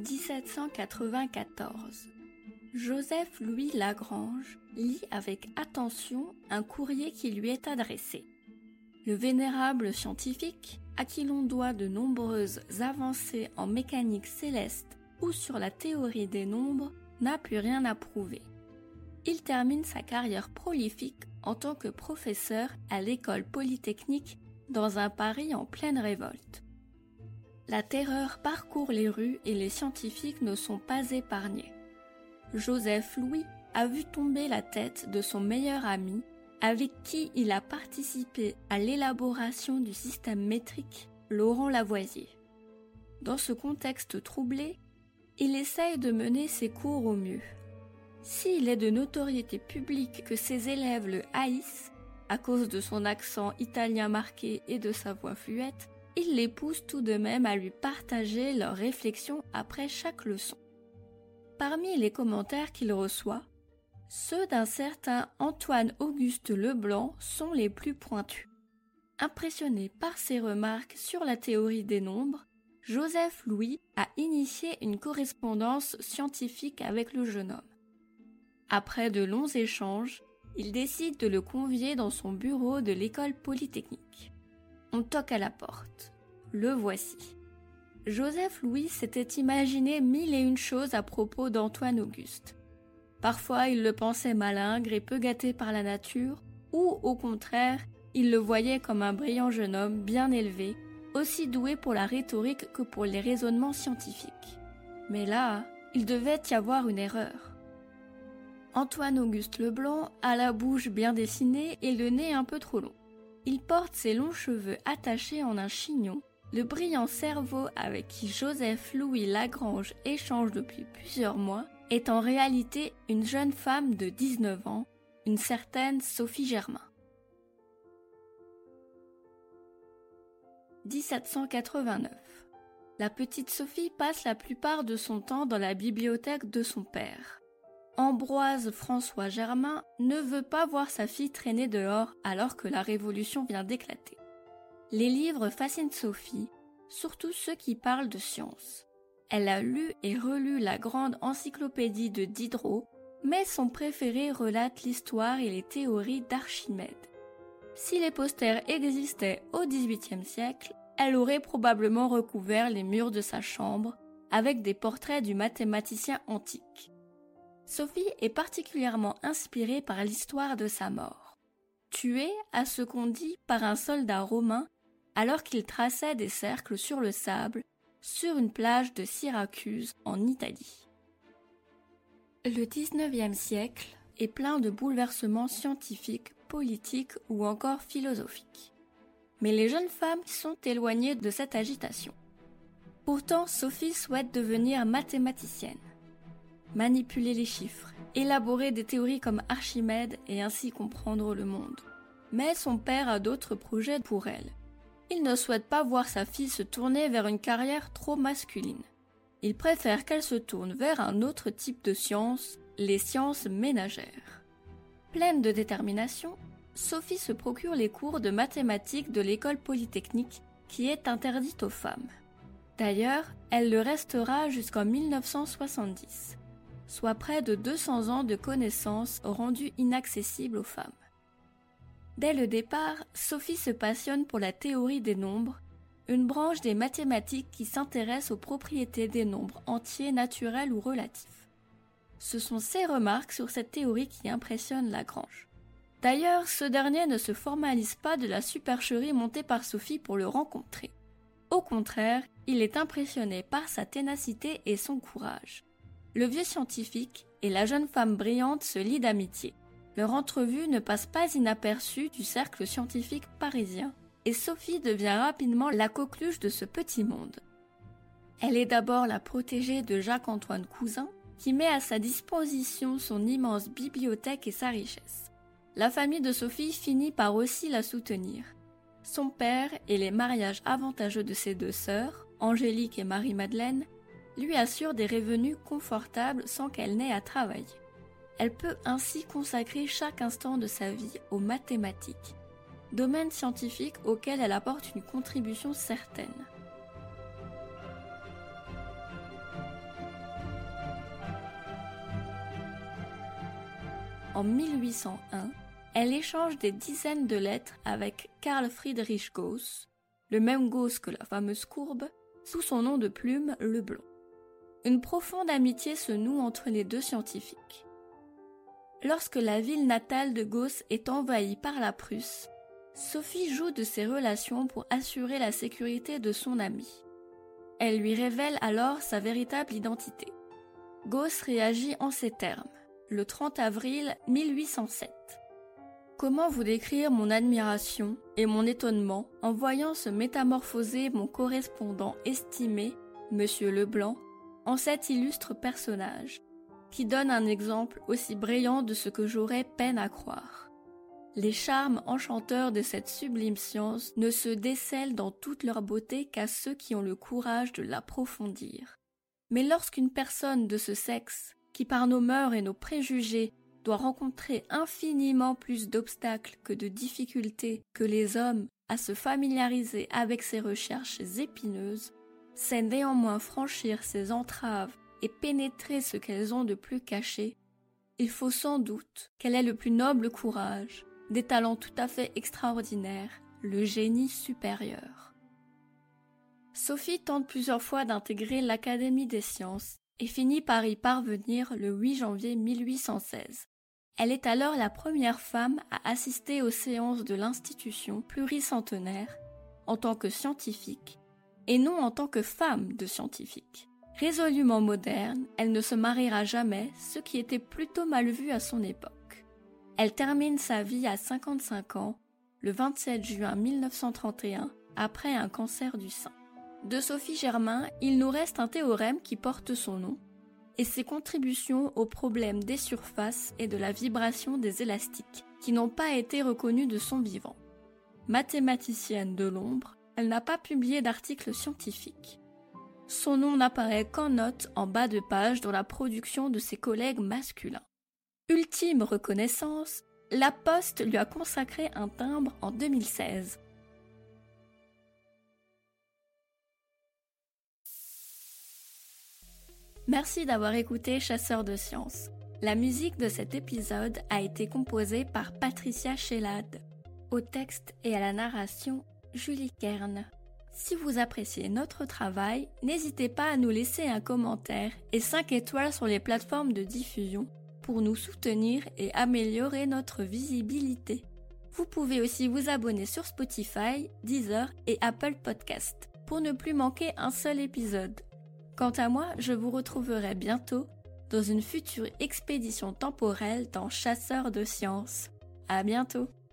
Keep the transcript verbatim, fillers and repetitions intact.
dix-sept cent quatre-vingt-quatorze. Joseph-Louis Lagrange lit avec attention un courrier qui lui est adressé. Le vénérable scientifique, à qui l'on doit de nombreuses avancées en mécanique céleste ou sur la théorie des nombres, n'a plus rien à prouver. Il termine sa carrière prolifique en tant que professeur à l'école polytechnique dans un Paris en pleine révolte. La terreur parcourt les rues et les scientifiques ne sont pas épargnés. Joseph-Louis a vu tomber la tête de son meilleur ami, avec qui il a participé à l'élaboration du système métrique, Laurent Lavoisier. Dans ce contexte troublé, il essaye de mener ses cours au mieux. S'il est de notoriété publique que ses élèves le haïssent, à cause de son accent italien marqué et de sa voix fluette, il les pousse tout de même à lui partager leurs réflexions après chaque leçon. Parmi les commentaires qu'il reçoit, ceux d'un certain Antoine-Auguste Leblanc sont les plus pointus. Impressionné par ses remarques sur la théorie des nombres, Joseph-Louis a initié une correspondance scientifique avec le jeune homme. Après de longs échanges, il décide de le convier dans son bureau de l'école polytechnique. On toque à la porte. Le voici. Joseph-Louis s'était imaginé mille et une choses à propos d'Antoine-Auguste. Parfois, il le pensait malingre et peu gâté par la nature, ou au contraire, il le voyait comme un brillant jeune homme bien élevé, aussi doué pour la rhétorique que pour les raisonnements scientifiques. Mais là, il devait y avoir une erreur. Antoine-Auguste Leblanc a la bouche bien dessinée et le nez un peu trop long. Il porte ses longs cheveux attachés en un chignon. Le brillant cerveau avec qui Joseph-Louis Lagrange échange depuis plusieurs mois est en réalité une jeune femme de dix-neuf ans, une certaine Sophie Germain. dix-sept cent quatre-vingt-neuf. La petite Sophie passe la plupart de son temps dans la bibliothèque de son père. Ambroise François Germain ne veut pas voir sa fille traîner dehors alors que la Révolution vient d'éclater. Les livres fascinent Sophie, surtout ceux qui parlent de science. Elle a lu et relu la grande encyclopédie de Diderot, mais son préféré relate l'histoire et les théories d'Archimède. Si les posters existaient au dix-huitième siècle, elle aurait probablement recouvert les murs de sa chambre avec des portraits du mathématicien antique. Sophie est particulièrement inspirée par l'histoire de sa mort. Tuée, à ce qu'on dit, par un soldat romain alors qu'il traçait des cercles sur le sable sur une plage de Syracuse en Italie. Le dix-neuvième siècle est plein de bouleversements scientifiques, politiques ou encore philosophiques. Mais les jeunes femmes sont éloignées de cette agitation. Pourtant, Sophie souhaite devenir mathématicienne. Manipuler les chiffres, élaborer des théories comme Archimède et ainsi comprendre le monde. Mais son père a d'autres projets pour elle. Il ne souhaite pas voir sa fille se tourner vers une carrière trop masculine. Il préfère qu'elle se tourne vers un autre type de sciences, les sciences ménagères. Pleine de détermination, Sophie se procure les cours de mathématiques de l'école polytechnique qui est interdite aux femmes. D'ailleurs, elle le restera jusqu'en mille neuf cent soixante-dix, soit près de deux cents ans de connaissances rendues inaccessibles aux femmes. Dès le départ, Sophie se passionne pour la théorie des nombres, une branche des mathématiques qui s'intéresse aux propriétés des nombres entiers, naturels ou relatifs. Ce sont ses remarques sur cette théorie qui impressionnent Lagrange. D'ailleurs, ce dernier ne se formalise pas de la supercherie montée par Sophie pour le rencontrer. Au contraire, il est impressionné par sa ténacité et son courage. Le vieux scientifique et la jeune femme brillante se lient d'amitié. Leur entrevue ne passe pas inaperçue du cercle scientifique parisien et Sophie devient rapidement la coqueluche de ce petit monde. Elle est d'abord la protégée de Jacques-Antoine Cousin, qui met à sa disposition son immense bibliothèque et sa richesse. La famille de Sophie finit par aussi la soutenir. Son père et les mariages avantageux de ses deux sœurs, Angélique et Marie-Madeleine, lui assurent des revenus confortables sans qu'elle n'ait à travailler. Elle peut ainsi consacrer chaque instant de sa vie aux mathématiques, domaine scientifique auquel elle apporte une contribution certaine. en mille huit cent un, elle échange des dizaines de lettres avec Carl Friedrich Gauss, le même Gauss que la fameuse courbe, sous son nom de plume Leblanc. Une profonde amitié se noue entre les deux scientifiques. Lorsque la ville natale de Gauss est envahie par la Prusse, Sophie joue de ses relations pour assurer la sécurité de son ami. Elle lui révèle alors sa véritable identité. Gauss réagit en ces termes, le trente avril mille huit cent sept. Comment vous décrire mon admiration et mon étonnement en voyant se métamorphoser mon correspondant estimé, Monsieur Leblanc, en cet illustre personnage, qui donne un exemple aussi brillant de ce que j'aurais peine à croire. Les charmes enchanteurs de cette sublime science ne se décèlent dans toute leur beauté qu'à ceux qui ont le courage de l'approfondir. Mais lorsqu'une personne de ce sexe, qui par nos mœurs et nos préjugés doit rencontrer infiniment plus d'obstacles que de difficultés que les hommes à se familiariser avec ces recherches épineuses, sait néanmoins franchir ces entraves et pénétrer ce qu'elles ont de plus caché, il faut sans doute qu'elle ait le plus noble courage, des talents tout à fait extraordinaires, le génie supérieur. Sophie tente plusieurs fois d'intégrer l'Académie des sciences et finit par y parvenir le huit janvier mille huit cent seize. Elle est alors la première femme à assister aux séances de l'institution pluricentenaire en tant que scientifique et non en tant que femme de scientifique. Résolument moderne, elle ne se mariera jamais, ce qui était plutôt mal vu à son époque. Elle termine sa vie à cinquante-cinq ans, le vingt-sept juin mille neuf cent trente et un, après un cancer du sein. De Sophie Germain, il nous reste un théorème qui porte son nom, et ses contributions au problème des surfaces et de la vibration des élastiques, qui n'ont pas été reconnues de son vivant. Mathématicienne de l'ombre, elle n'a pas publié d'articles scientifiques. Son nom n'apparaît qu'en note en bas de page dans la production de ses collègues masculins. Ultime reconnaissance, La Poste lui a consacré un timbre en deux mille seize. Merci d'avoir écouté Chasseurs de sciences. La musique de cet épisode a été composée par Patricia Chélade. Au texte et à la narration, Julie Kern. Si vous appréciez notre travail, n'hésitez pas à nous laisser un commentaire et cinq étoiles sur les plateformes de diffusion pour nous soutenir et améliorer notre visibilité. Vous pouvez aussi vous abonner sur Spotify, Deezer et Apple Podcast pour ne plus manquer un seul épisode. Quant à moi, je vous retrouverai bientôt dans une future expédition temporelle dans Chasseurs de sciences. À bientôt!